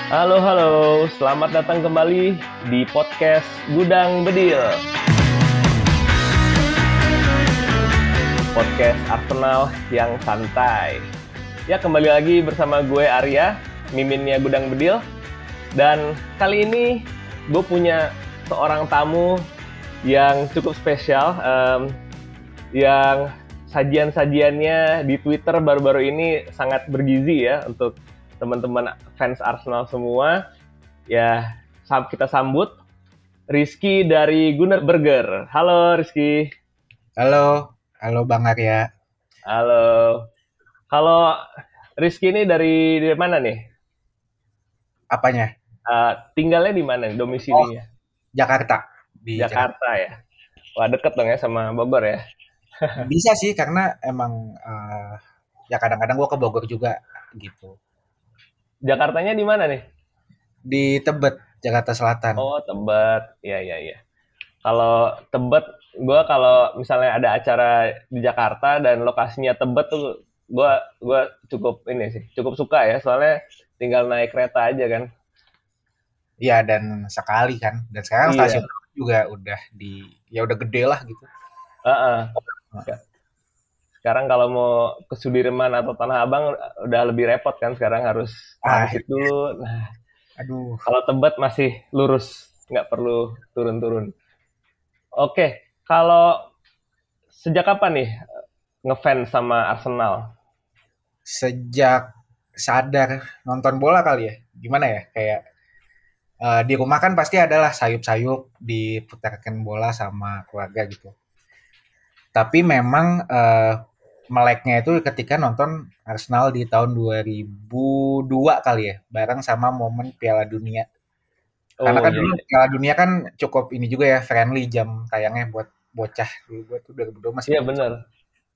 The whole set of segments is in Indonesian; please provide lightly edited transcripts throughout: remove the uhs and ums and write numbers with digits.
Halo, halo. Selamat datang kembali di podcast Gudang Bedil. Podcast Arsenal yang santai. Ya, kembali lagi bersama gue Arya, miminnya Gudang Bedil. Dan kali ini gue punya seorang tamu yang cukup spesial, yang sajian-sajiannya di Twitter baru-baru ini sangat bergizi ya untuk teman-teman fans Arsenal semua. Ya, kita sambut Rizky dari Gunner Burger. Halo Rizky. Halo, halo Bang Arya. Halo. Kalau Rizky ini dari mana nih? Apanya? Tinggalnya di mana? Oh, Domisilinya? Jakarta. Di Jakarta. Jakarta ya. Wah, deket dong ya sama Bogor ya. Bisa sih karena emang ya kadang-kadang gua ke Bogor juga gitu. Jakartanya di mana nih? Di Tebet, Jakarta Selatan. Oh, Tebet. Iya, iya, iya. Kalau Tebet, gue kalau misalnya ada acara di Jakarta dan lokasinya Tebet tuh, gue cukup ini sih, cukup suka ya. Soalnya tinggal naik kereta aja kan. Iya, dan sekali kan. Dan sekarang Iya. stasiun juga udah ya udah gede lah gitu. Heeh. Sekarang kalau mau ke Sudirman atau Tanah Abang udah lebih repot kan, sekarang harus Ah, transit dulu. Nah, aduh. kalau Tebet masih lurus, nggak perlu turun-turun. Oke, kalau sejak kapan nih ngefans sama Arsenal? Sejak sadar nonton bola kali ya. Gimana ya? Kayak di rumah kan pasti adalah sayup-sayup diputarkan bola sama keluarga gitu. Tapi memang meleknya itu ketika nonton Arsenal di tahun 2002 kali ya, bareng sama momen Piala Dunia. Karena Oh kan iya, dulu iya. Piala Dunia kan cukup ini juga ya, friendly jam tayangnya buat bocah. Dulu gue tuh 2002 masih Iya bocah. bener.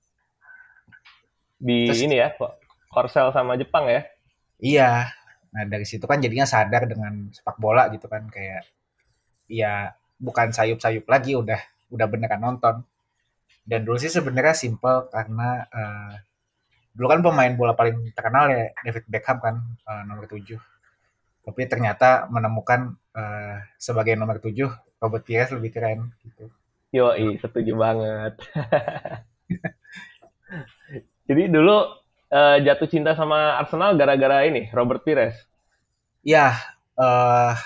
Di Terus ini ya, Korsel sama Jepang ya. iya, nah dari situ kan jadinya sadar dengan sepak bola gitu kan kayak ya bukan sayup-sayup lagi udah beneran nonton. Dan dulu sih sebenarnya simple karena dulu kan pemain bola paling terkenal ya David Beckham kan, nomor 7. Tapi ternyata menemukan sebagai nomor 7 Robert Pires lebih keren gitu. Yoi, setuju banget. Jadi dulu jatuh cinta sama Arsenal gara-gara ini, Robert Pires. Ya, eh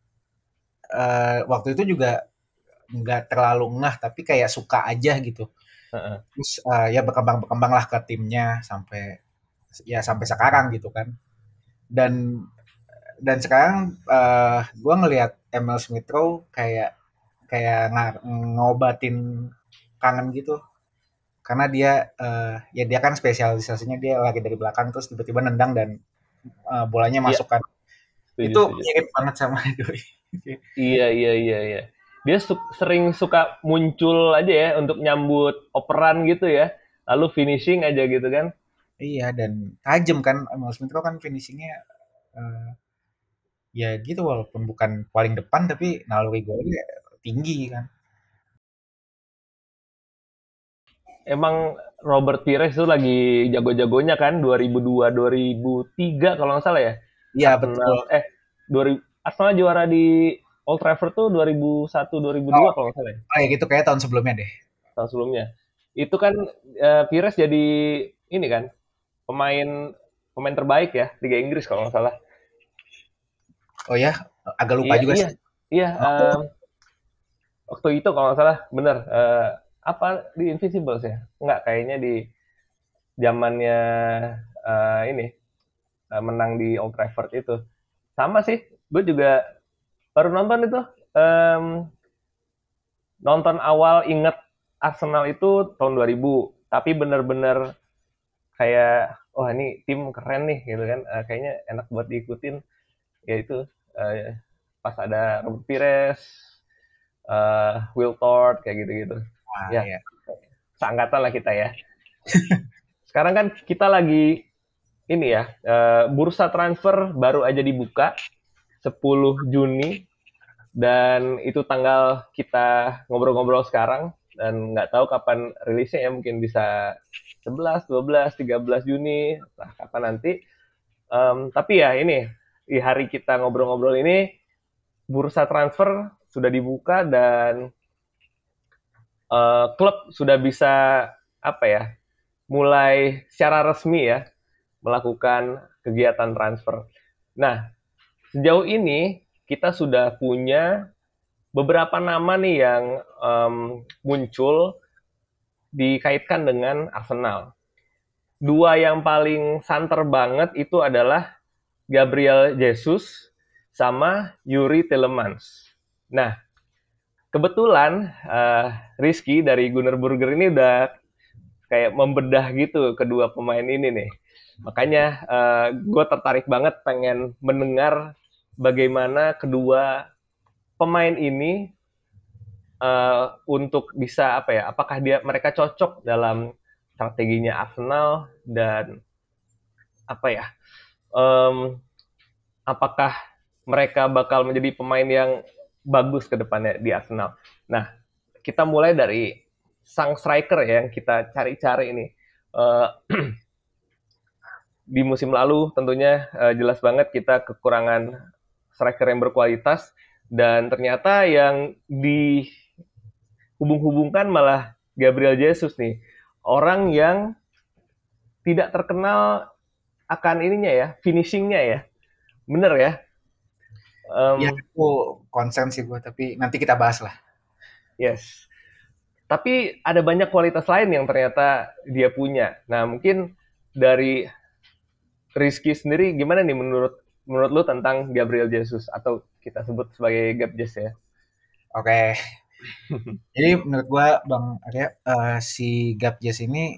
waktu itu juga nggak terlalu ngeh tapi kayak suka aja gitu. Heeh. Terus ya berkembang lah ke timnya sampai sekarang gitu kan. Dan sekarang gue ngelihat Emil Smith Rowe kayak kayak ngobatin kangen gitu karena dia ya dia kan spesialisasinya dia lagi dari belakang terus tiba-tiba nendang dan bolanya Iya, masuk kan. setuju, Itu setuju. mirip banget sama Doi. Iya, iya, iya, iya. Dia sering suka muncul aja ya untuk nyambut operan gitu ya. Lalu finishing aja gitu kan. Iya, dan tajam kan Emil Smith Rowe kan finishingnya eh, ya gitu walaupun bukan paling depan tapi naluri golnya tinggi kan. Emang Robert Pires itu lagi jago-jagonya kan 2002 2003 kalau nggak salah ya. Iya betul. Arsenal 2000 Arsenal juara di Old Trafford tuh 2001 Oh, 2002 kalau nggak salah ya, oh ya gitu kayak tahun sebelumnya deh. tahun sebelumnya. Itu kan Pires jadi ini kan pemain pemain terbaik ya Liga Inggris kalau nggak salah. Oh ya, agak lupa Iya, juga iya. sih. Iya, Oh, waktu itu kalau nggak salah bener apa di Invincibles ya? Enggak, kayaknya di zamannya ini menang di Old Trafford itu. Sama sih, gue juga baru nonton itu. em, Nonton awal inget Arsenal itu tahun 2000, tapi bener-bener kayak, wah ini tim keren nih gitu kan. Kayaknya enak buat diikutin. Ya itu, eh, pas ada Robert Pires, Will Tort, kayak gitu-gitu. ah, Ya, ya. seangkatan lah kita ya. Sekarang kan kita lagi ini ya, bursa transfer baru aja dibuka 10 Juni dan itu tanggal kita ngobrol-ngobrol sekarang dan nggak tahu kapan rilisnya ya mungkin bisa 11, 12, 13 Juni, nah kapan nanti. Tapi ya ini di hari kita ngobrol-ngobrol ini bursa transfer sudah dibuka dan klub sudah bisa apa ya mulai secara resmi ya melakukan kegiatan transfer. Nah, sejauh ini kita sudah punya beberapa nama nih yang muncul dikaitkan dengan Arsenal. Dua yang paling santer banget itu adalah Gabriel Jesus sama Yuri Tillemans. Nah, kebetulan Rizky dari Gunner Burger ini udah kayak membedah gitu kedua pemain ini nih. Makanya gue tertarik banget pengen mendengar bagaimana kedua pemain ini untuk bisa apa ya? Apakah mereka cocok dalam strateginya Arsenal dan apa ya? Um, apakah mereka bakal menjadi pemain yang bagus ke depannya di Arsenal? Nah, kita mulai dari sang striker ya, yang kita cari-cari ini. Uh, di musim lalu tentunya jelas banget kita kekurangan striker yang berkualitas dan ternyata yang dihubung-hubungkan malah Gabriel Jesus nih. Orang yang tidak terkenal akan ininya ya, finishingnya ya. Bener ya? Ya, Um, aku konsen sih gue, tapi nanti kita bahas lah. yes. Tapi ada banyak kualitas lain yang ternyata dia punya. Nah, mungkin dari Rizky sendiri gimana nih menurut menurut lu tentang Gabriel Jesus atau kita sebut sebagai Gab Jesus ya? Oke, jadi menurut gue Bang Arya, si Gap Jazz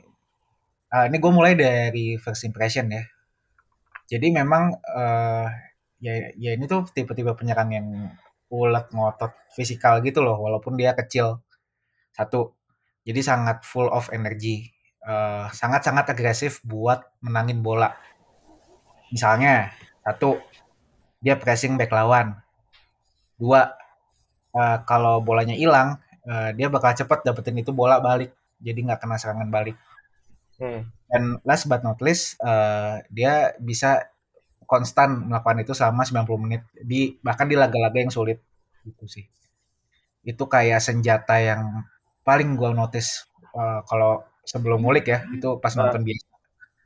ini gue mulai dari first impression ya. Jadi memang ya, ya ini tuh tipe-tipe penyerang yang ulet ngotot fisikal gitu loh, walaupun dia kecil. Satu, jadi sangat full of energy, sangat-sangat agresif buat menangin bola. Misalnya, satu, dia pressing back lawan. Dua, kalau bolanya hilang, dia bakal cepet dapetin itu bola balik, jadi nggak kena serangan balik. Hmm. Dan last but not least, dia bisa konstan melakukan itu selama 90 menit bahkan di laga-laga yang sulit gitu sih. Itu kayak senjata yang paling gue notice kalau sebelum ngulik ya, itu pas nonton Ah, biasa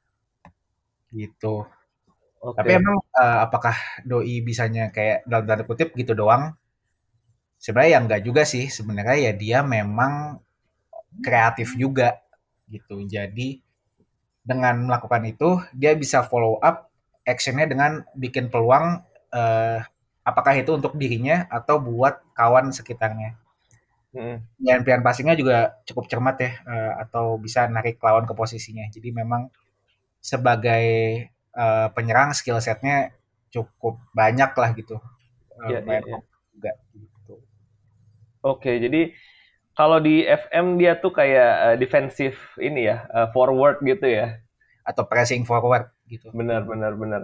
gitu. Tapi oke. emang apakah doi bisanya kayak dalam tanda kutip gitu doang? Sebenarnya ya enggak juga sih. Sebenarnya ya dia memang kreatif juga gitu. Jadi dengan melakukan itu dia bisa follow up actionnya dengan bikin peluang eh, apakah itu untuk dirinya atau buat kawan sekitarnya. Hmm. Dan pilihan passingnya juga cukup cermat ya, atau bisa narik lawan ke posisinya. Jadi memang sebagai penyerang skill setnya cukup banyak lah gitu, Ya, ya, lumayan ya. kompleks juga gitu. Oke, jadi kalau di FM dia tuh kayak defensif ini ya, forward gitu ya. Atau pressing forward gitu. Benar, benar, benar.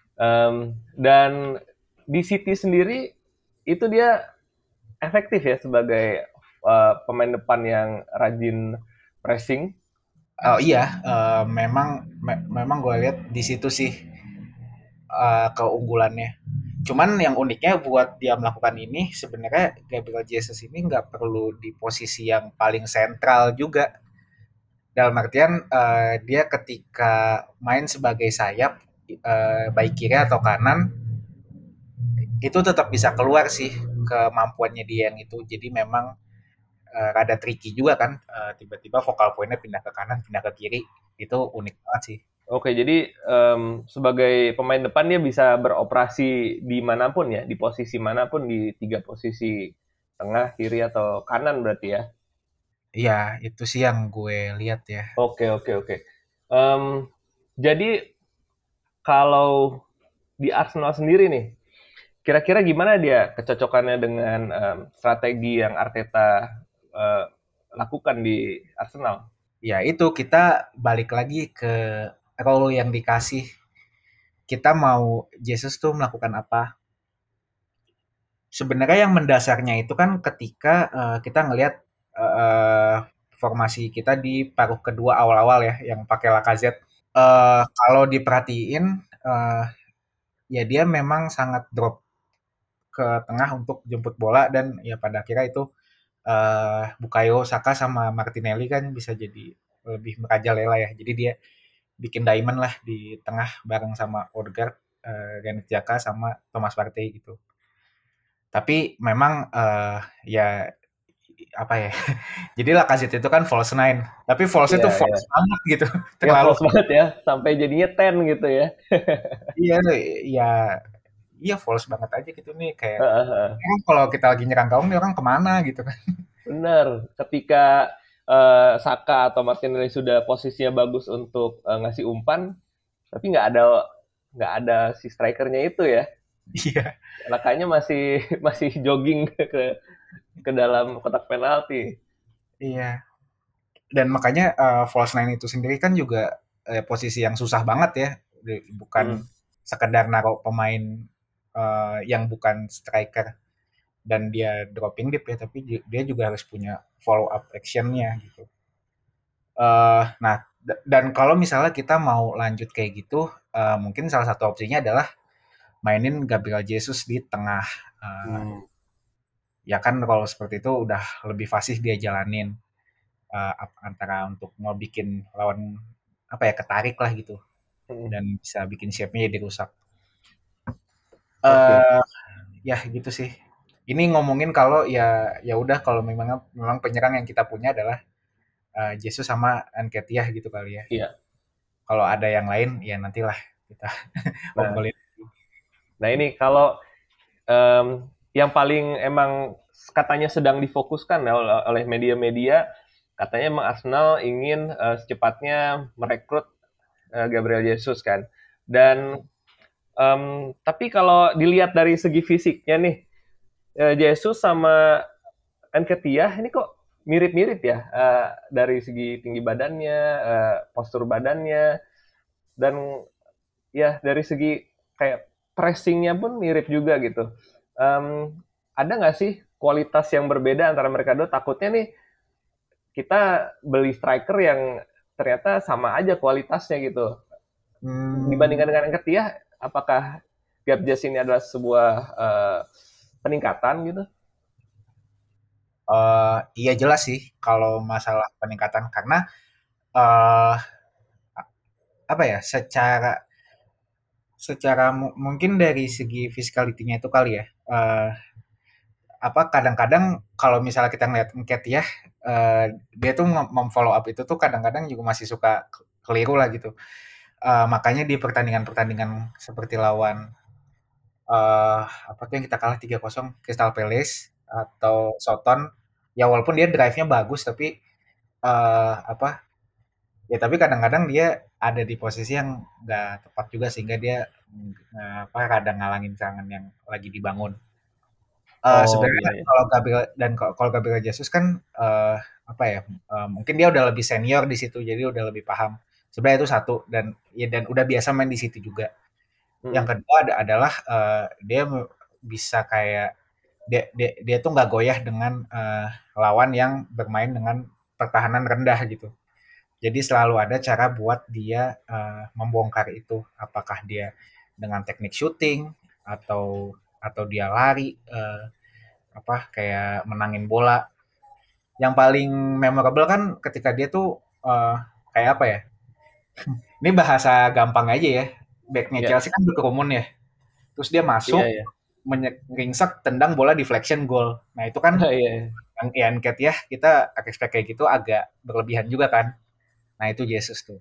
Dan di City sendiri itu dia efektif ya sebagai pemain depan yang rajin pressing. Oh iya, memang gue lihat di situ sih keunggulannya. Cuman yang uniknya buat dia melakukan ini sebenarnya Gabriel Jesus ini nggak perlu di posisi yang paling sentral juga. Dalam artian dia ketika main sebagai sayap baik kiri atau kanan itu tetap bisa keluar sih kemampuannya dia yang itu. Jadi memang rada tricky juga kan tiba-tiba vokal pointnya pindah ke kanan, pindah ke kiri. Itu unik banget sih. Oke, jadi sebagai pemain depan dia bisa beroperasi di manapun ya, di posisi manapun di tiga posisi tengah, kiri atau kanan berarti ya. Iya, itu sih yang gue lihat ya. Oke, oke, oke. Em, jadi kalau di Arsenal sendiri nih, kira-kira gimana dia kecocokannya dengan strategi yang Arteta eh, lakukan di Arsenal? Ya itu kita balik lagi ke role yang dikasih. Kita mau Jesus tuh melakukan apa? Sebenarnya yang mendasarnya itu kan ketika kita ngelihat eh, formasi kita di paruh kedua awal-awal ya, yang pakai Lacazette. Kalau diperhatiin, ya dia memang sangat drop ke tengah untuk jemput bola dan ya pada akhirnya itu Bukayo Saka sama Martinelli kan bisa jadi lebih merajalela ya. Jadi dia bikin diamond lah di tengah bareng sama Odegaard, Granit Xhaka sama Thomas Partey gitu. Tapi memang ya apa ya? Jadi Lacazette itu kan false nine, tapi false-nya Iya, tuh iya. false banget gitu, Ya terlalu false banget ya, sampai jadinya 10 gitu ya. iya ya iya false banget aja gitu nih kayak Heeh, heeh. kalau kita lagi nyerang gawang nih orang kemana gitu kan. Bener, ketika Saka atau Martinelli sudah posisinya bagus untuk ngasih umpan, tapi nggak ada si strikernya itu ya. Iya, Lakanya masih masih jogging ke dalam kotak penalti. iya. Dan makanya false nine itu sendiri kan juga posisi yang susah banget ya. Bukan Mm, sekedar naruh pemain yang bukan striker dan dia dropping deep ya, tapi dia juga harus punya follow up actionnya gitu. Nah, dan kalau misalnya kita mau lanjut kayak gitu, mungkin salah satu opsinya adalah mainin Gabriel Jesus di tengah. Eh, mm, ya kan kalau seperti itu udah lebih fasih dia jalanin antara untuk mau bikin lawan apa ya ketarik lah gitu mm. dan bisa bikin shape-nya jadi rusak. Oke, Eh ya gitu sih. Ini ngomongin kalau ya udah kalau memang memang penyerang yang kita punya adalah Jesus sama Nketiah gitu kali ya. iya. Kalau ada yang lain ya nantilah kita Nah, obrolin. nah ini kalau yang paling emang katanya sedang difokuskan ya oleh media-media, katanya emang Arsenal ingin secepatnya merekrut Gabriel Jesus kan. Dan tapi kalau dilihat dari segi fisiknya nih, Jesus sama Nketiah ini kok mirip-mirip ya dari segi tinggi badannya, postur badannya, dan ya dari segi kayak pressingnya pun mirip juga gitu. Um, ada nggak sih kualitas yang berbeda antara mereka dua? Takutnya nih kita beli striker yang ternyata sama aja kualitasnya gitu. Hmm, Dibandingkan dengan yang ketiga, apakah gap jazz ini adalah sebuah peningkatan gitu? iya jelas sih kalau masalah peningkatan karena eh apa ya secara secara mungkin dari segi physicality-nya itu kali ya. Apa kadang-kadang kalau misalnya kita ngeliat Nketiah dia tuh memfollow up itu tuh kadang-kadang juga masih suka keliru lah gitu. Makanya di pertandingan-pertandingan seperti lawan apa tuh yang kita kalah 3-0 Crystal Palace atau Soton, ya walaupun dia drive-nya bagus tapi apa ya tapi kadang-kadang dia ada di posisi yang nggak tepat juga sehingga dia apa kadang ngalangin serangan yang lagi dibangun. Oh Sebenarnya iya, iya. kalau Gabriel dan kalau Gabriel Jesus kan apa ya mungkin dia udah lebih senior di situ jadi udah lebih paham. Sebenarnya itu satu dan ya dan udah biasa main di situ juga. Yang Mm-mm. kedua adalah dia bisa kayak dia tuh nggak goyah dengan lawan yang bermain dengan pertahanan rendah gitu. Jadi selalu ada cara buat dia membongkar itu. Apakah dia dengan teknik shooting atau dia lari apa kayak menangin bola. Yang paling memorable kan ketika dia tuh kayak apa ya? Ini bahasa gampang aja ya. Backnya Iya, Chelsea kan berkerumun ya. Terus dia iya, masuk iya. ringsek tendang bola deflection goal. Nah itu kan Iya, iya. yang Ian Cat ya kita expect kayak gitu agak berlebihan juga kan. Nah itu Jesus tuh.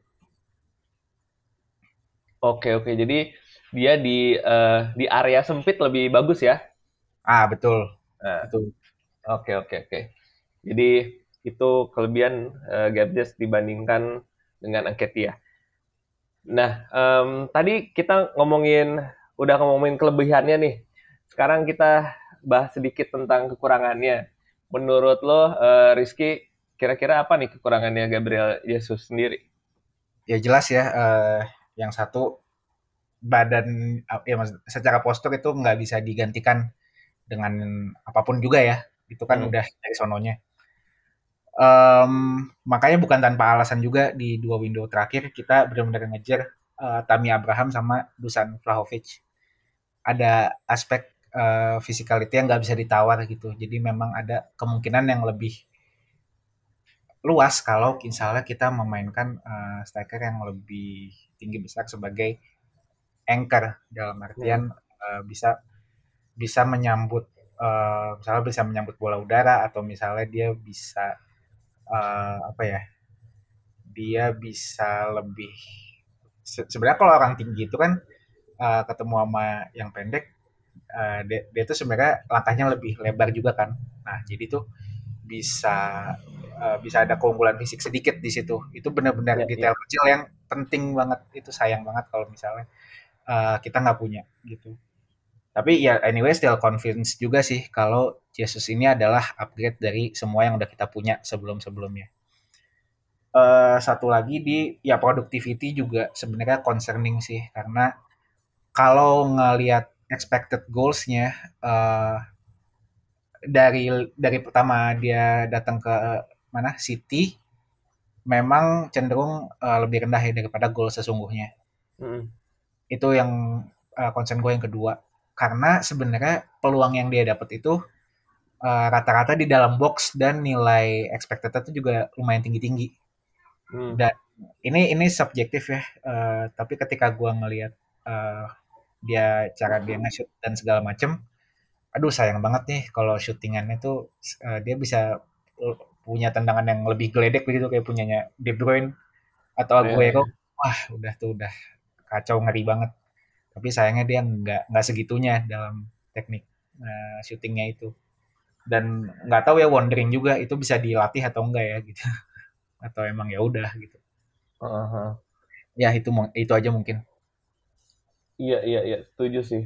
Oke, oke. Jadi dia di area sempit lebih bagus ya. Ah betul. Nah, Itu. oke, oke, oke. Jadi itu kelebihan Gabjes dibandingkan dengan Angketia. Nah, tadi kita udah ngomongin kelebihannya nih. Sekarang kita bahas sedikit tentang kekurangannya. Menurut lo, Rizky, kira-kira apa nih kekurangannya Gabriel Jesus sendiri? Ya jelas ya yang satu badan ya secara postur itu nggak bisa digantikan dengan apapun juga ya. Itu kan Hmm. udah dari sononya. Makanya bukan tanpa alasan juga di 2 window terakhir kita benar-benar ngejar Tammy Abraham sama Dusan Vlahovic. ada aspek physicality yang nggak bisa ditawar gitu. Jadi memang ada kemungkinan yang lebih luas kalau misalnya kita memainkan striker yang lebih tinggi besar sebagai anchor dalam artian Mm-mm. bisa bisa menyambut misalnya bisa menyambut bola udara atau misalnya dia bisa apa ya dia bisa lebih sebenarnya kalau orang tinggi itu kan ketemu sama yang pendek dia tuh sebenarnya langkahnya lebih lebar juga kan. Nah, jadi tuh bisa bisa ada keunggulan fisik sedikit di situ. Itu benar-benar Ya, ya. detail kecil yang penting banget. Itu sayang banget kalau misalnya kita nggak punya gitu. Tapi ya anyway still convince juga sih kalau Jesus ini adalah upgrade dari semua yang udah kita punya sebelum-sebelumnya. Satu lagi di ya productivity juga sebenarnya concerning sih karena kalau ngelihat expected goals-nya dari pertama dia datang ke mana City memang cenderung lebih rendah ya daripada gol sesungguhnya. Mm-mm. Itu yang concern gue yang kedua. Karena sebenarnya peluang yang dia dapat itu rata-rata di dalam box dan nilai expected itu juga lumayan tinggi-tinggi. Mm. Dan ini subjektif ya. Tapi ketika gue ngelihat uh, dia nge-shoot dan segala macem, aduh sayang banget nih kalau syutingannya tuh dia bisa punya tendangan yang lebih geledek begitu kayak punyanya De Bruyne atau Ya, Aguero. ya. Wah, udah tuh udah kacau ngeri banget. Tapi sayangnya dia nggak segitunya dalam teknik syutingnya itu. Dan nggak tahu ya wondering juga itu bisa dilatih atau enggak ya gitu. Atau emang ya udah gitu. Uh-huh. Ya itu aja mungkin. Iya, iya, iya, setuju sih.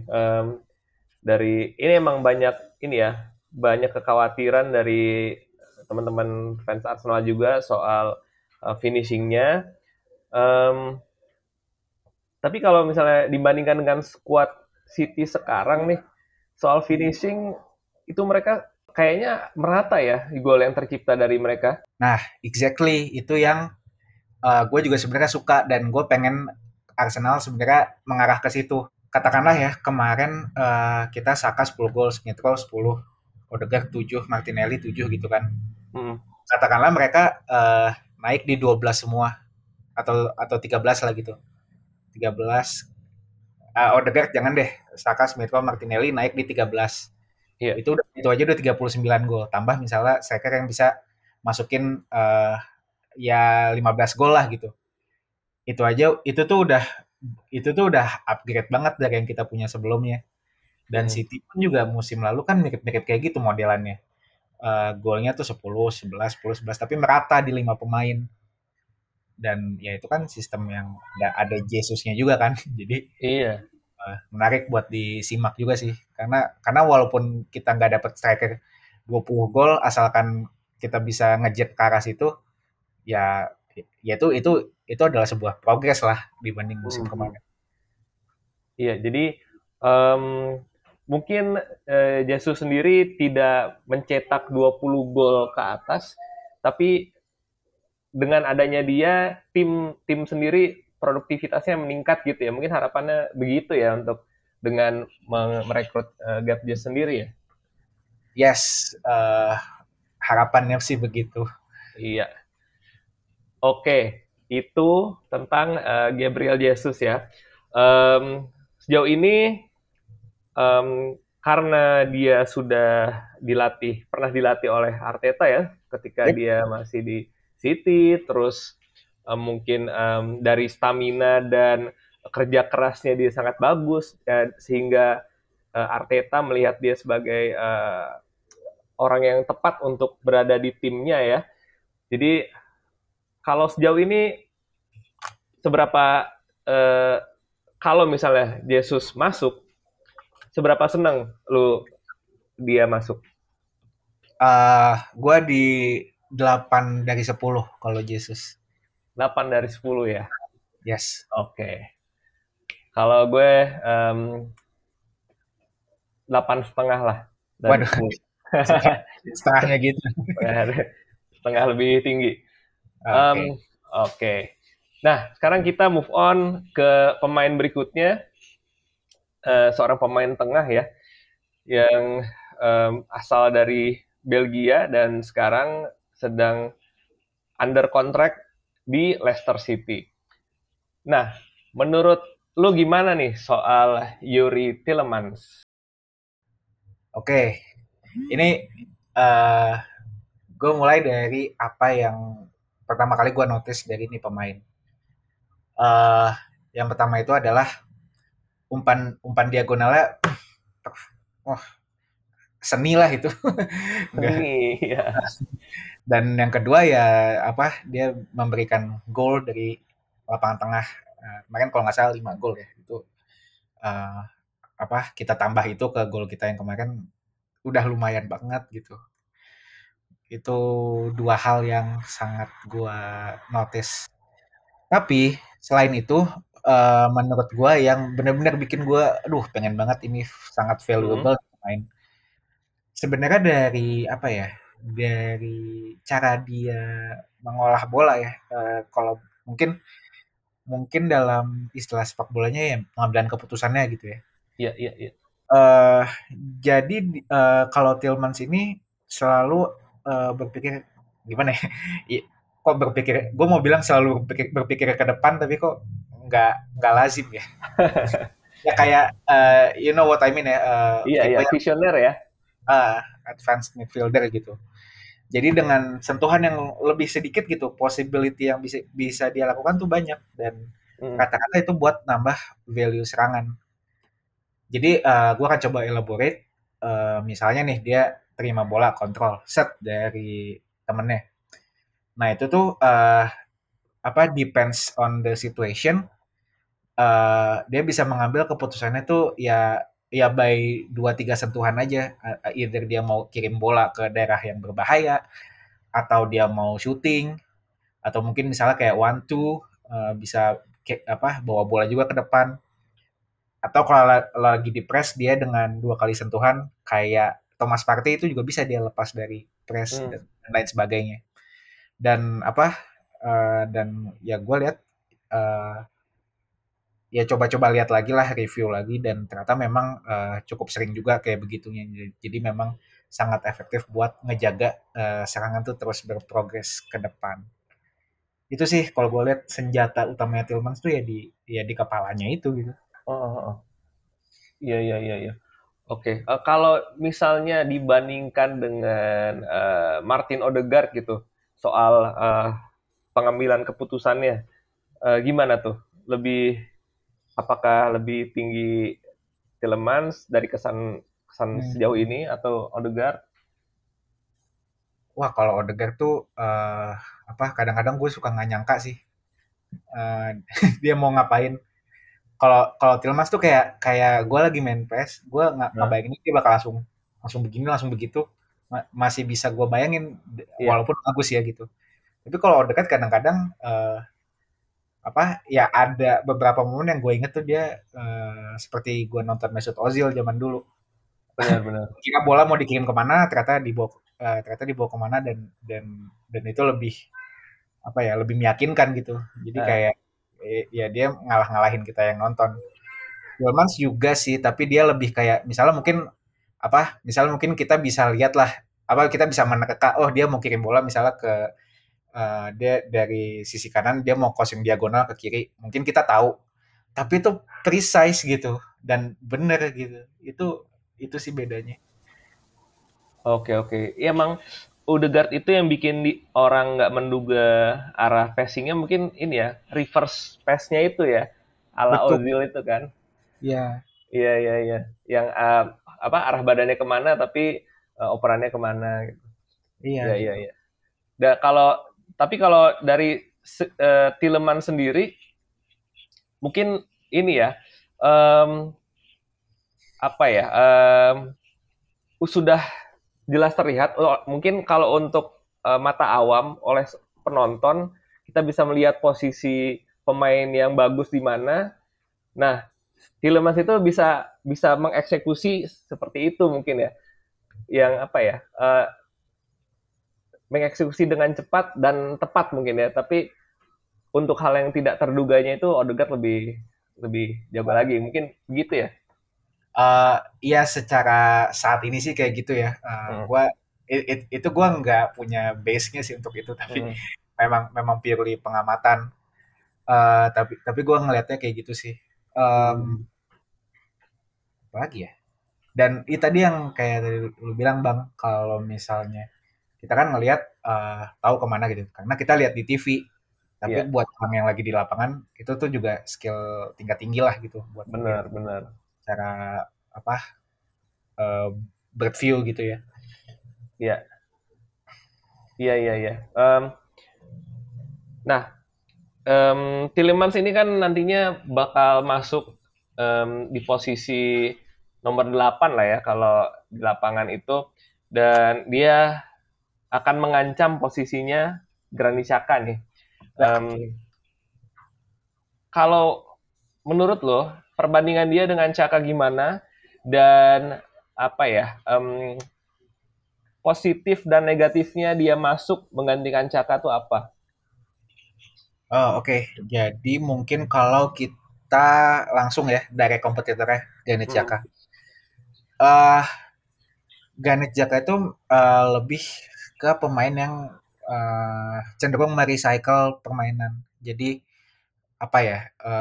Dari ini emang banyak ini ya, banyak kekhawatiran dari teman-teman fans Arsenal juga soal finishingnya. Em, tapi kalau misalnya dibandingkan dengan skuad City sekarang nih, soal finishing itu mereka kayaknya merata ya gol yang tercipta dari mereka. Nah, exactly itu yang gue juga sebenarnya suka dan gue pengen Arsenal sebenarnya mengarah ke situ. Katakanlah ya kemarin kita Saka 10 gol, Smith Rowe 10, Odegaard 7, Martinelli 7 gitu kan. Hmm, Katakanlah mereka naik di 12 semua atau 13 lah gitu. 13 Odegaard jangan deh. Saka, Smith Rowe, Martinelli naik di 13. iya. Itu aja udah 39 gol. Tambah misalnya striker yang bisa masukin ya 15 gol lah gitu. Itu aja itu tuh udah upgrade banget dari yang kita punya sebelumnya. Dan Hmm, City pun juga musim lalu kan mirip-mirip kayak gitu modelannya. Golnya tuh 10, 11, 10, 11 tapi merata di 5 pemain. Dan ya itu kan sistem yang ada Jesusnya juga kan. Jadi iya. menarik buat disimak juga sih. Karena walaupun kita nggak dapat striker 20 gol asalkan kita bisa ngejet ke arah situ ya ya itu adalah sebuah progres lah dibanding musim Hmm, hmm. kemarin. Iya, jadi em, mungkin Jesus sendiri tidak mencetak 20 gol ke atas, tapi dengan adanya dia tim tim sendiri produktivitasnya meningkat gitu ya. Mungkin harapannya begitu ya untuk dengan merekrut Gabjes sendiri ya. Yes, harapannya sih begitu. Iya. Oke, itu tentang Gabriel Jesus ya. Sejauh ini karena dia sudah pernah dilatih oleh Arteta ya, ketika Yep. dia masih di City, terus mungkin dari stamina dan kerja kerasnya dia sangat bagus, ya, sehingga Arteta melihat dia sebagai orang yang tepat untuk berada di timnya ya. Jadi kalau sejauh ini seberapa eh, kalau misalnya Jesus masuk, seberapa senang lu dia masuk? Gue di 8 dari 10 kalau Jesus. 8 dari 10 ya. Yes. Oke. Kalau gue 8,5 lah dari Waduh, 10. setengahnya gitu. Setengah lebih tinggi. Oke. Oke. Nah, sekarang kita move on ke pemain berikutnya. seorang pemain tengah ya yang asal dari Belgia dan sekarang sedang under contract di Leicester City. Nah, menurut lu gimana nih soal Yuri Tillemans? Oke, ini uh, gue mulai dari apa yang pertama kali gue notice dari ini pemain. Uh, yang pertama itu adalah umpan umpan diagonalnya, wah seni lah itu. Enggak. Seni ya. Dan yang kedua ya apa dia memberikan gol dari lapangan tengah. Kemarin kalau nggak salah 5 gol ya itu, uh, apa kita tambah itu ke gol kita yang kemarin udah lumayan banget gitu. Itu dua hal yang sangat gua notice. Tapi selain itu, menurut gua yang benar-benar bikin gua, aduh pengen banget ini sangat Hmm. valuable main. Sebenarnya dari apa ya, dari cara dia mengolah bola ya, kalau mungkin mungkin dalam istilah sepak bolanya ya pengambilan keputusannya gitu ya. Iya, iya, iya. Eee, jadi kalau Tillmans ini selalu, berpikir gimana ya, i kok berpikir gue mau bilang selalu berpikir ke depan tapi kok nggak lazim ya. Ya kayak, you know what I mean ya, Iya, iya, tipe yang visioner ya. advanced midfielder gitu. Jadi dengan sentuhan yang lebih sedikit gitu, possibility yang bisa bisa dia lakukan tuh banyak dan Hmm. kata-kata itu buat nambah value serangan. Jadi gue akan coba elaborate. Misalnya nih dia terima bola kontrol set dari temennya. Nah itu tuh apa depends on the situation. Dia bisa mengambil keputusannya tuh ya ya by dua tiga sentuhan aja. Either dia mau kirim bola ke daerah yang berbahaya atau dia mau shooting atau mungkin misalnya kayak one two bisa apa bawa bola juga ke depan atau kalau lagi di press dia dengan dua kali sentuhan kayak Thomas Partey itu juga bisa dia lepas dari press Hmm. dan lain sebagainya. Dan apa dan ya gue lihat eh, ya coba-coba lihat lagi lah review lagi dan ternyata memang cukup sering juga kayak begitunya. Jadi memang sangat efektif buat ngejaga serangan tuh terus berprogres ke depan. Itu sih kalau gue lihat senjata utamanya Tillmans tuh ya di kepalanya itu gitu. Oh, oh, oh. Iya, iya, iya, iya. Oke, kalau misalnya dibandingkan dengan Martin Odegaard gitu, soal pengambilan keputusannya, gimana tuh? Apakah lebih tinggi Tielemans dari kesan kesan sejauh Hmm. ini atau Odegaard? Wah, kalau Odegaard tuh apa kadang-kadang gue suka nggak nyangka sih eh, dia mau ngapain. Kalau kalau Tillmans tuh kayak kayak gue lagi main PES, gue nggak Nah, bayangin dia bakal langsung langsung begini langsung begitu. Masih bisa gue bayangin iya. walaupun bagus ya gitu. Tapi kalau Odegaard kadang-kadang apa ya ada beberapa momen yang gue inget tuh dia seperti gue nonton Mesut Ozil zaman dulu. Benar, benar. Kira bola mau dikirim kemana, ternyata dibawa kemana dan itu lebih apa ya lebih meyakinkan gitu. Jadi Heeh. kayak ya dia ngalah-ngalahin kita yang nonton. Tillmans juga sih, tapi dia lebih kayak misalnya mungkin apa? Misalnya mungkin kita bisa lihat lah apa kita bisa menerka oh dia mau kirim bola misalnya ke dia dari sisi kanan dia mau crossing diagonal ke kiri. Mungkin kita tahu, tapi itu precise gitu dan bener gitu. Itu sih bedanya. Oke, oke. Ya, emang Odegaard itu yang bikin orang nggak menduga arah passingnya mungkin ini ya, reverse pass-nya itu ya, ala Betul. Ozil itu kan. Ya, Iya, iya, iya. Yang apa arah badannya kemana tapi operannya kemana gitu. iya Iya, iya, gitu. iya. Tapi kalau dari Tielemans sendiri mungkin ini ya, em, apa ya, sudah jelas terlihat. Mungkin kalau untuk mata awam oleh penonton kita bisa melihat posisi pemain yang bagus di mana. Nah, Tielemans itu bisa bisa mengeksekusi seperti itu mungkin ya. Yang apa ya? Mengeksekusi dengan cepat dan tepat mungkin ya. Tapi untuk hal yang tidak terduganya itu Odegaard lebih lebih jago lagi. Mungkin begitu ya. Iya secara saat ini sih kayak gitu ya. Hmm, Gua itu gua nggak punya base-nya sih untuk itu, tapi hmm, memang memang purely pengamatan. Tapi gua ngelihatnya kayak gitu sih. hmm. Apa lagi ya? Dan itu tadi yang kayak tadi lu bilang Bang, kalau misalnya kita kan ngelihat tahu kemana gitu, karena kita lihat di TV. Tapi Iya, buat orang yang lagi di lapangan itu tuh juga skill tingkat tinggi lah gitu buat ngelihat benar, benar. cara apa eh, bird view gitu ya. Iya, iya, iya, iya. Nah, Tielemans ini kan nantinya bakal masuk di posisi nomor 8 lah ya kalau di lapangan itu, dan dia akan mengancam posisinya Granit Xhaka nih. Ya, Em, Kalau menurut lo perbandingan dia dengan Xhaka gimana, dan apa ya, positif dan negatifnya dia masuk menggantikan Xhaka tuh apa? oh, oke. Jadi mungkin kalau kita langsung ya dari kompetitornya Granit Hmm, Xhaka. Eh Granit Xhaka itu lebih ke pemain yang cenderung merecycle permainan. Jadi apa ya?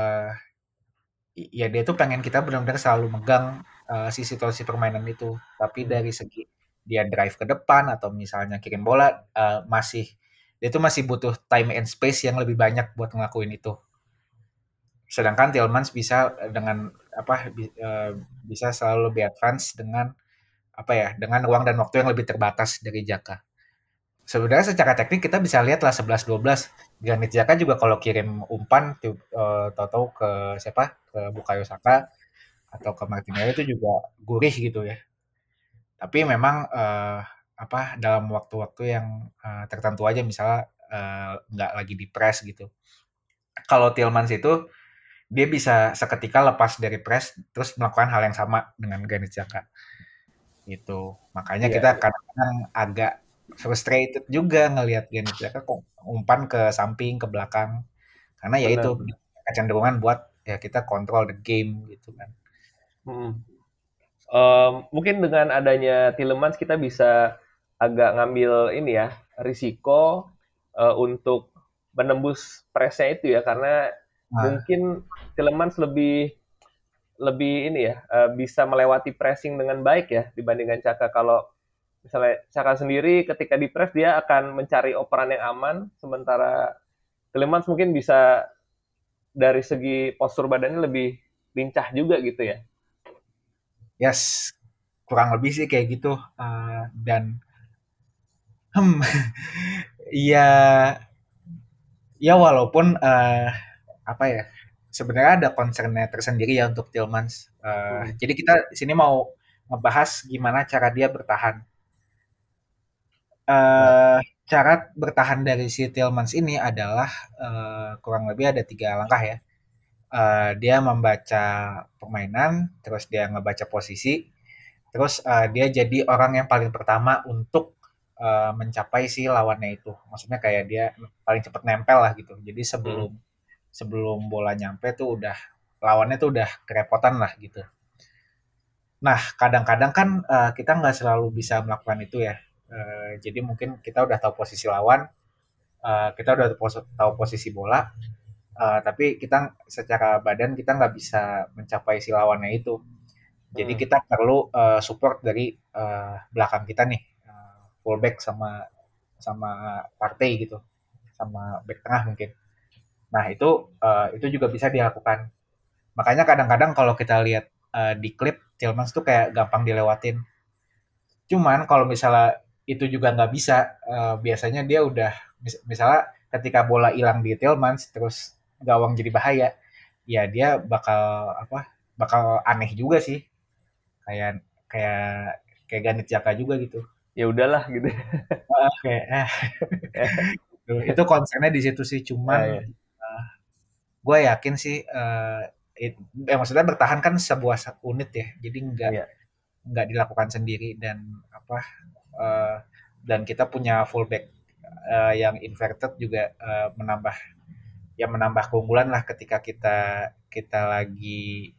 Ya dia tuh pengen kita benar-benar selalu megang si situasi permainan itu. Tapi hmm, dari segi dia drive ke depan atau misalnya kirim bola masih dia tuh masih butuh time and space yang lebih banyak buat ngelakuin itu. Sedangkan Tillmans bisa dengan apa bisa selalu lebih advance dengan apa ya dengan ruang dan waktu yang lebih terbatas dari Jaka. Sebenarnya secara teknik kita bisa lihat lah 11-12 Granit Jaka juga kalau kirim umpan tuh tahu-tahu ke siapa ke Bukayo Saka atau ke Martinelli itu juga gurih gitu ya. Tapi memang apa dalam waktu-waktu yang tertentu aja misalnya nggak lagi di press gitu. Kalau Tillmans itu dia bisa seketika lepas dari press terus melakukan hal yang sama dengan Granit Xhaka gitu. Makanya iya, kita iya, kadang-kadang agak frustrated juga ngelihat Granit Xhaka kok umpan ke samping, ke belakang. Karena ya itu benar, benar. kecenderungan buat ya kita kontrol the game gitu kan. Hmm. Mungkin dengan adanya Tielemans kita bisa agak ngambil ini ya, risiko untuk menembus pressnya itu ya, karena Nah, mungkin Tielemans lebih lebih ini ya, bisa melewati pressing dengan baik ya dibandingkan Caka. Kalau misalnya Caka sendiri ketika di press dia akan mencari operan yang aman, sementara Tielemans mungkin bisa dari segi postur badannya lebih lincah juga gitu ya. yes, kurang lebih sih kayak gitu. Dan hmm, iya, ya walaupun apa ya, sebenarnya ada concern-nya tersendiri ya untuk Tillmans. Hmm. Jadi kita di sini mau ngebahas gimana cara dia bertahan. Nah, Eh, Cara bertahan dari si Tillmans ini adalah kurang lebih ada 3 langkah ya. Dia membaca permainan, terus dia ngebaca posisi, terus dia jadi orang yang paling pertama untuk mencapai si lawannya itu. Maksudnya kayak dia paling cepat nempel lah gitu. Jadi hmm, sebelum sebelum bola nyampe tuh udah lawannya tuh udah kerepotan lah gitu. Nah, kadang-kadang kan kita nggak selalu bisa melakukan itu ya. Jadi mungkin kita udah tahu posisi lawan, kita udah tahu posisi bola, tapi kita secara badan kita nggak bisa mencapai si lawannya itu. Jadi hmm, kita perlu support dari belakang kita nih, fullback sama sama partai gitu, sama back tengah mungkin. Nah itu juga bisa dilakukan. Makanya kadang-kadang kalau kita lihat di klip Tillmans tuh kayak gampang dilewatin. Cuman kalau misalnya itu juga nggak bisa, biasanya dia udah misalnya ketika bola hilang di Tillmans terus gawang jadi bahaya, ya dia bakal apa? Bakal aneh juga sih. Kayak kayak kayak Granit Xhaka juga gitu. ya udahlah gitu. Kayak itu concernnya di situ sih. Cuman Ya, ya, gue yakin sih maksudnya bertahan kan sebuah unit ya. Jadi ya. nggak dilakukan sendiri dan apa eh, dan kita punya fullback yang inverted juga menambah keunggulan lah ketika kita kita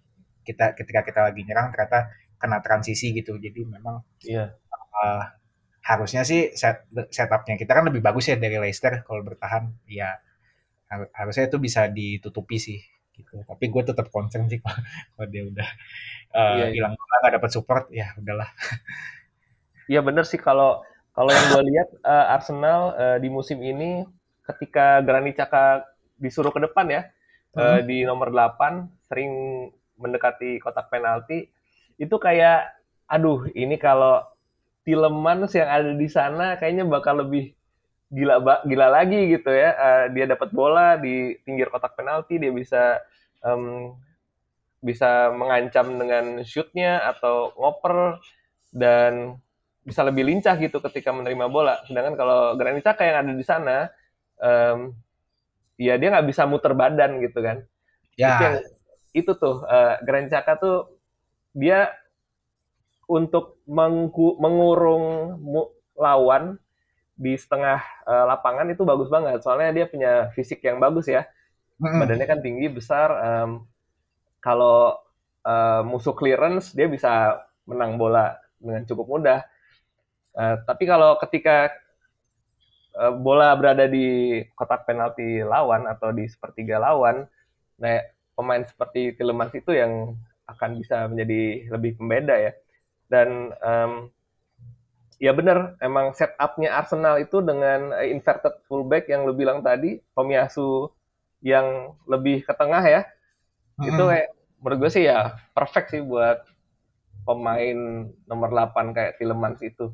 ketika kita lagi nyerang ternyata kena transisi gitu. Jadi memang Iya, uh, harusnya sih setupnya kita kan lebih bagus ya dari Leicester kalau bertahan. Ya harusnya itu bisa ditutupi sih gitu. Tapi gue tetap concern sih kalau dia udah iya, iya. hilang bola nggak dapat support ya udahlah. Iya bener sih kalau kalau yang gue lihat Arsenal di musim ini ketika Granit Xhaka disuruh ke depan ya Mm-mm. di nomor 8 sering mendekati kotak penalti itu kayak aduh ini kalau Tielemans yang ada di sana kayaknya bakal lebih gila lagi gitu ya. Dia dapat bola di pinggir kotak penalti dia em, bisa mengancam dengan shootnya atau ngoper dan bisa lebih lincah gitu ketika menerima bola. Sedangkan kalau Granit Xhaka yang ada di sana, um, ya dia nggak bisa muter badan gitu kan. Itu yang Ya, itu tuh Granit Xhaka tuh dia untuk mengurung lawan di setengah lapangan itu bagus banget. Soalnya dia punya fisik yang bagus ya. mm-mm. Badannya kan tinggi besar. Kalau musuh clearance dia bisa menang bola dengan cukup mudah. Tapi kalau ketika bola berada di kotak penalti lawan atau di sepertiga lawan, nah pemain seperti Tielemans itu yang akan bisa menjadi lebih pembeda ya. Dan ya benar, emang setupnya Arsenal itu dengan inverted fullback yang lu bilang tadi, Tomiyasu yang lebih ke tengah ya, itu Mm-mm. kayak menurut gue sih ya perfect sih buat pemain nomor 8 kayak Tielemans itu.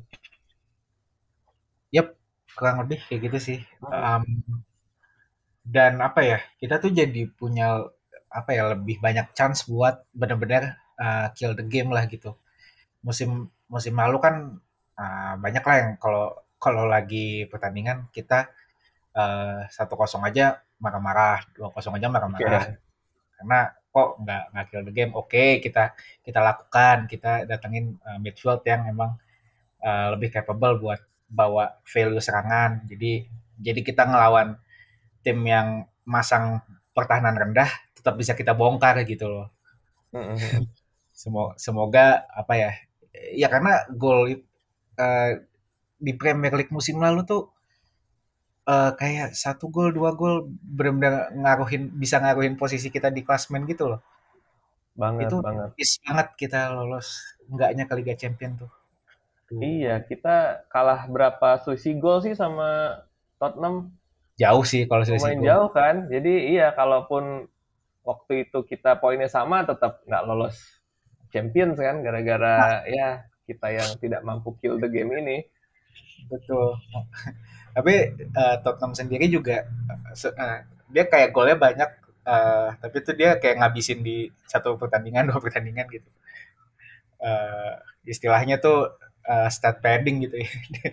Yep, kurang lebih kayak gitu sih. Hmm. Um, dan apa ya, kita tuh jadi punya apa ya lebih banyak chance buat benar-benar kill the game lah gitu. Musim musim lalu kan banyak lah yang kalau kalau lagi pertandingan kita 1-0 aja marah-marah, 2-0 aja marah-marah. Oke. Karena kok nggak kill the game. Oke, kita kita lakukan, kita datengin midfield yang emang lebih capable buat bawa value serangan. Jadi kita ngelawan tim yang masang pertahanan rendah tetap bisa kita bongkar gitu loh. Hmm. Semoga apa ya? Ya karena gol uh, di Premier League musim lalu tuh kayak 1 gol, 2 gol benar-benar bisa ngaruhin posisi kita di klasmen gitu loh. Banget, Itu banget. tipis banget kita lolos enggaknya ke Liga Champion tuh. Iya, Tuh. kita kalah berapa selisih gol sih sama Tottenham? Jauh sih kalau selisih Lumayan gol. jauh kan. Jadi iya, kalaupun waktu itu kita poinnya sama, tetap nggak lolos Champions kan, gara-gara ya kita yang tidak mampu kill the game ini. Betul. Tapi Tottenham sendiri juga dia kayak golnya banyak, tapi tuh dia kayak ngabisin di 1 pertandingan, 2 pertandingan gitu. Eh, istilahnya tuh stat padding gitu ya.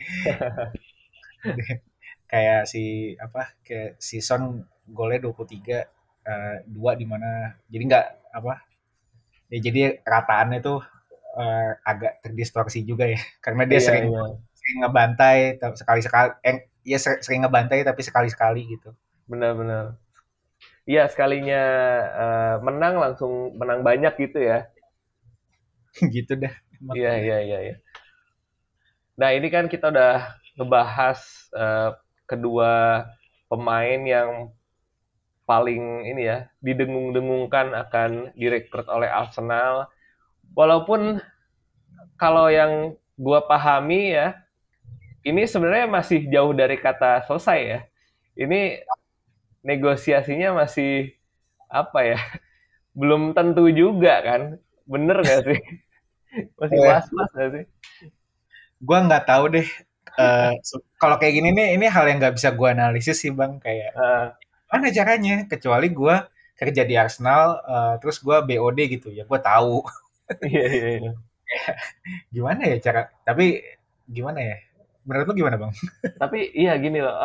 Kayak kayak si Son golnya 23, 2 di mana jadi nggak apa ya jadi rataannya tuh agak terdistorsi juga ya karena dia Iya, sering iya. sering ngebantai sekali-sekali ya sering ngebantai tapi sekali-sekali gitu. Benar-benar. Iya, sekalinya menang langsung menang banyak gitu ya. Gitu dah. Iya, iya, iya, iya. Nah, ini kan kita udah ngebahas kedua pemain yang paling ini ya didengung-dengungkan akan direkrut oleh Arsenal. Walaupun kalau yang gua pahami ya, ini sebenarnya masih jauh dari kata selesai ya. Ini negosiasinya masih apa ya? Belum tentu juga kan. Bener nggak sih? Masih Eh, was-was nggak sih? gua nggak tahu deh. Kalau kayak gini nih, ini hal yang nggak bisa gua analisis sih bang. Kayak Uh, mana caranya? Kecuali gua kerja di Arsenal, terus gua BOD gitu ya. Gua tahu iya, iya, iya. gimana ya cara. Tapi gimana ya? Menurut lu gimana bang? Tapi iya gini loh.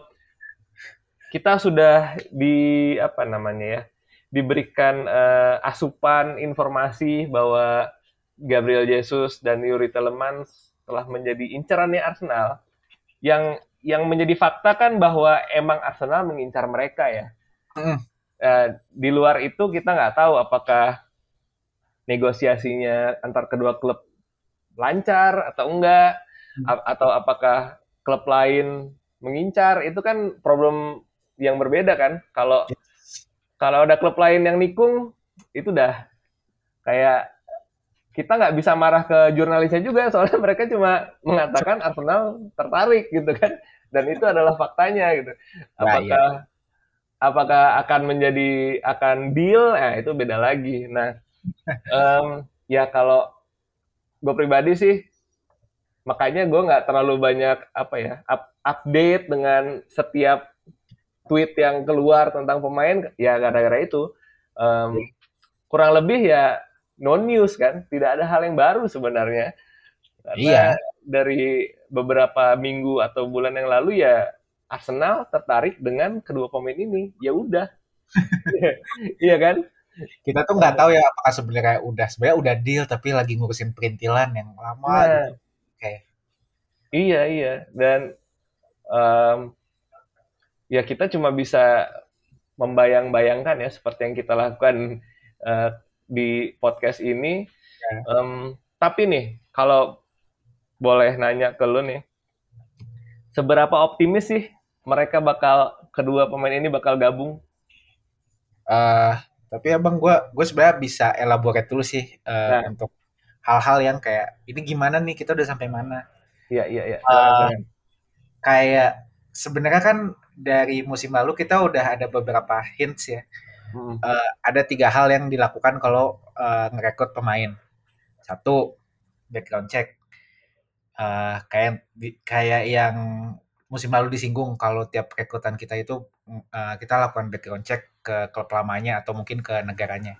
Kita sudah di apa namanya ya? Diberikan asupan informasi bahwa Gabriel Jesus dan Yuri Telemans telah menjadi incarannya Arsenal. Yang menjadi fakta kan bahwa emang Arsenal mengincar mereka ya. Mm, Di luar itu kita nggak tahu apakah negosiasinya antar kedua klub lancar atau enggak, atau apakah klub lain mengincar, itu kan problem yang berbeda kan. Kalau kalau ada klub lain yang nikung, itu udah kayak kita nggak bisa marah ke jurnalisnya juga, soalnya mereka cuma mengatakan Arsenal tertarik gitu kan, dan itu adalah faktanya gitu. Ya, ya. Apakah apakah akan deal, itu beda lagi. Nah, ya kalau gue pribadi sih, makanya gue nggak terlalu banyak apa ya update dengan setiap tweet yang keluar tentang pemain, ya gara-gara itu. Em, Kurang lebih ya non news kan, tidak ada hal yang baru sebenarnya, karena Iya, dari beberapa minggu atau bulan yang lalu ya Arsenal tertarik dengan kedua pemain ini, ya udah. Iya kan. kita tuh nggak tahu ya apakah sebenarnya udah deal tapi lagi ngurusin perintilan yang lama gitu. Nah, Kayak iya iya, dan em, ya kita cuma bisa membayang-bayangkan ya, seperti yang kita lakukan eh, di podcast ini. ya, Tapi nih, kalau boleh nanya ke lu nih, seberapa optimis sih kedua pemain ini bakal gabung? eh, tapi abang gue sebenarnya bisa elaborate dulu sih Nah, untuk hal-hal yang kayak ini gimana nih kita udah sampai mana. iya iya iya, silakan Eh, silakan. kayak sebenarnya kan dari musim lalu kita udah ada beberapa hints ya. Mm, Ada 3 hal yang dilakukan kalau ngerekrut pemain. Satu, background check. Kayak yang musim lalu disinggung kalau tiap rekrutan kita itu kita lakukan background check ke klub lamanya atau mungkin ke negaranya.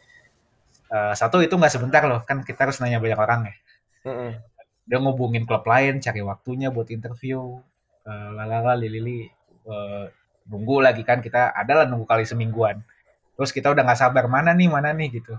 Satu itu nggak sebentar loh, kan kita harus nanya banyak orang ya. mm, Dia ngubungin klub lain, cari waktunya buat interview, lalala lilili, eh, nunggu lagi kan kita adalah nunggu kali semingguan. Terus kita udah nggak sabar mana nih gitu.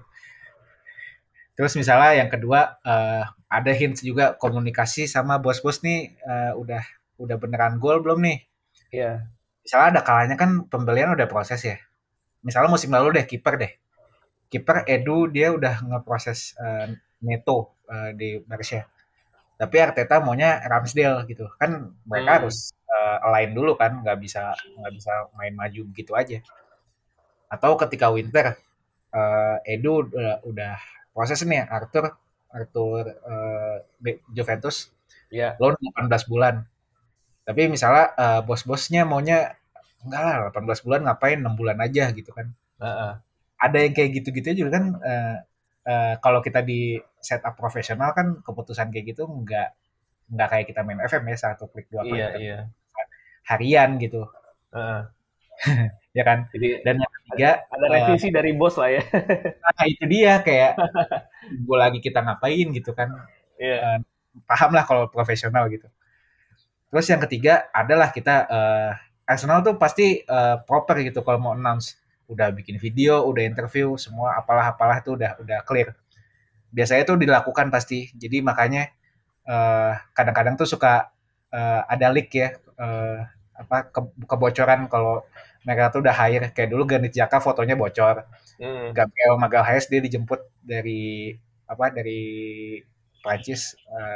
Terus misalnya yang kedua ada hints juga komunikasi sama bos-bos nih udah beneran gol belum nih? iya, Misalnya ada kalanya kan pembelian udah proses ya. Misalnya musim lalu deh kiper deh. Kiper Edu dia udah ngeproses Neto di Barca. Tapi Arteta maunya Ramsdale gitu. Kan mereka mm, harus align dulu kan, nggak bisa main maju gitu aja. Atau ketika winter Edu udah proses nih Arthur Arthur Juventus iya, loan 18 bulan. Tapi misalnya bos-bosnya maunya enggak lah 18 bulan ngapain 6 bulan aja gitu kan. heeh, Ada yang kayak gitu-gitu juga kan kalau kita di setup profesional kan keputusan kayak gitu nggak kayak kita main FM ya satu klik dua klik iya tapi iya, harian gitu heeh. ya kan. Jadi Dan yang ketiga ada revisi dari bos lah ya. nah itu dia kayak gue lagi kita ngapain gitu kan. Iya, Eh, paham lah kalau profesional gitu. Terus yang ketiga adalah kita Arsenal tuh pasti proper gitu kalau mau announce. Udah bikin video, udah interview, semua apalah-apalah tuh udah clear. Biasanya tuh dilakukan pasti. Jadi makanya kadang-kadang tuh suka ada leak ya, kebocoran kalau mereka tuh udah hire. Kayak dulu Granit Xhaka fotonya bocor. mm, Gabriel Magalhaes dia dijemput dari Prancis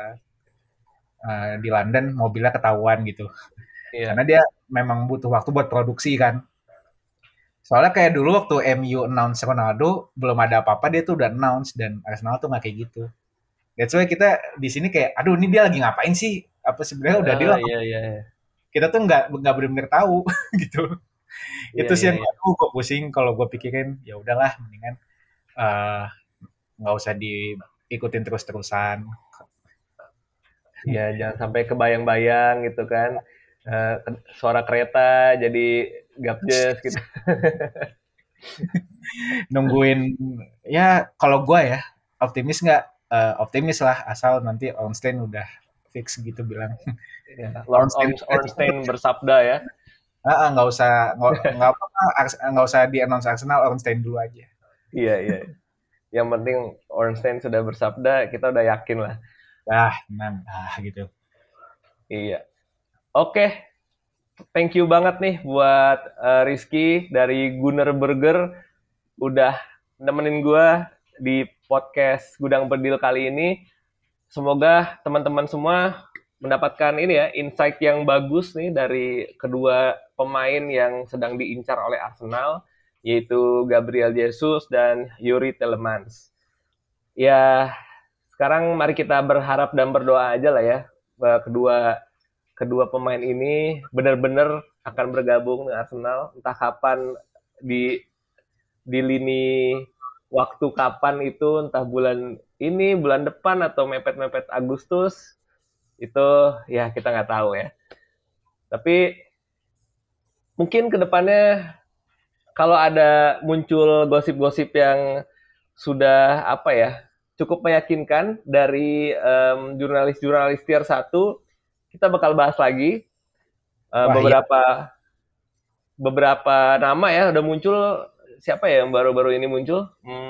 di London mobilnya ketahuan gitu. Karena iya, dia memang butuh waktu buat produksi kan. Soalnya kayak dulu waktu MU announce Ronaldo, belum ada apa-apa dia tuh udah announce dan Arsenal tuh nggak kayak gitu. That's why kita di sini kayak, aduh ini dia lagi ngapain sih? Apa sebenarnya udah deal? iya iya iya, Kita tuh nggak benar-benar tahu gitu. iya Itu sih iya, yang iya. aduh kok pusing kalau gue pikirin. Ya udahlah, mendingan eh, nggak usah diikutin terus-terusan. Ya, jangan sampai kebayang-bayang gitu kan. Suara kereta jadi gapjes gitu. Nungguin ya kalau gue ya optimis nggak. Optimis lah asal nanti Ornstein udah fix gitu bilang. Ya, Lord Ornstein Ornstein bersabda ya. nggak usah nggak apa nggak usah di announce Arsenal Ornstein dulu aja. Iya, iya. Yang penting Ornstein sudah bersabda, kita udah yakin lah. Tenang gitu. Iya. Oke, thank you banget nih buat Rizky dari Gunner Burger udah nemenin gua. di podcast Gudang Bedil kali ini. Semoga teman-teman semua mendapatkan ini ya, insight yang bagus nih dari kedua pemain yang sedang diincar oleh Arsenal, yaitu Gabriel Jesus dan Yuri Tielemans. Ya, sekarang mari kita berharap dan berdoa aja lah ya, bahwa kedua pemain ini benar-benar akan bergabung dengan Arsenal, entah kapan di lini waktu kapan itu, entah bulan ini, bulan depan, atau mepet-mepet Agustus, itu ya kita nggak tahu ya. Tapi mungkin kedepannya kalau ada muncul gosip-gosip yang sudah apa ya, cukup meyakinkan dari jurnalis-jurnalis tier 1, kita bakal bahas lagi Wah iya, beberapa nama ya udah muncul. Siapa ya yang baru-baru ini muncul?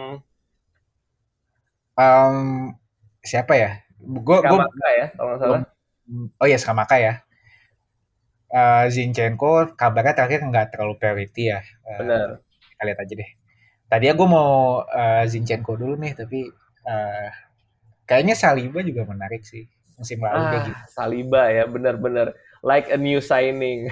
um, siapa ya? Gue Skamaka ya kalau nggak belum. salah. Oh ya, Skamaka ya. Zinchenko kabarnya terakhir nggak terlalu priority ya. Benar. Kita lihat aja deh. Tadi gue mau Zinchenko dulu nih, tapi eh, kayaknya Saliba juga menarik sih. Musim lalu dia gitu. Saliba ya, benar-benar like a new signing.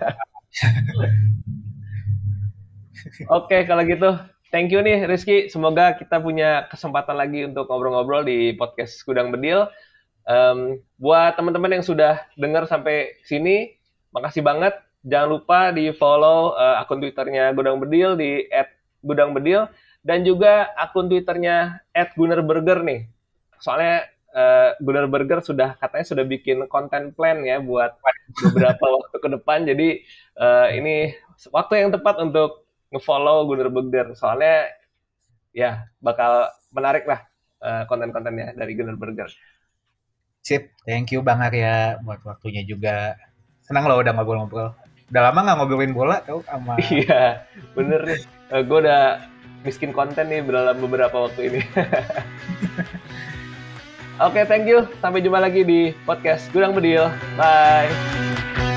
Oke, kalau gitu, thank you nih Rizky. Semoga kita punya kesempatan lagi untuk ngobrol-ngobrol di podcast Gudang Bedil. Buat teman-teman yang sudah dengar sampai sini, makasih banget. Jangan lupa di follow akun Twitternya Gudang Bedil di @gudangbedil dan juga akun Twitternya @gunnerburger nih. Soalnya Gunner Burger katanya sudah bikin konten plan ya buat beberapa waktu ke depan. Jadi ini waktu yang tepat untuk nge-follow Gunner Burger. Soalnya ya bakal menarik lah konten-kontennya dari Gunner Burger. Sip, thank you Bang Arya buat waktunya juga. Senang loh udah ngobrol-ngobrol. Udah lama nggak ngobrolin bola tau sama. Iya, bener nih. Gue udah miskin konten nih dalam beberapa waktu ini. Oke, thank you. Sampai jumpa lagi di podcast Gudang Bedil. Bye.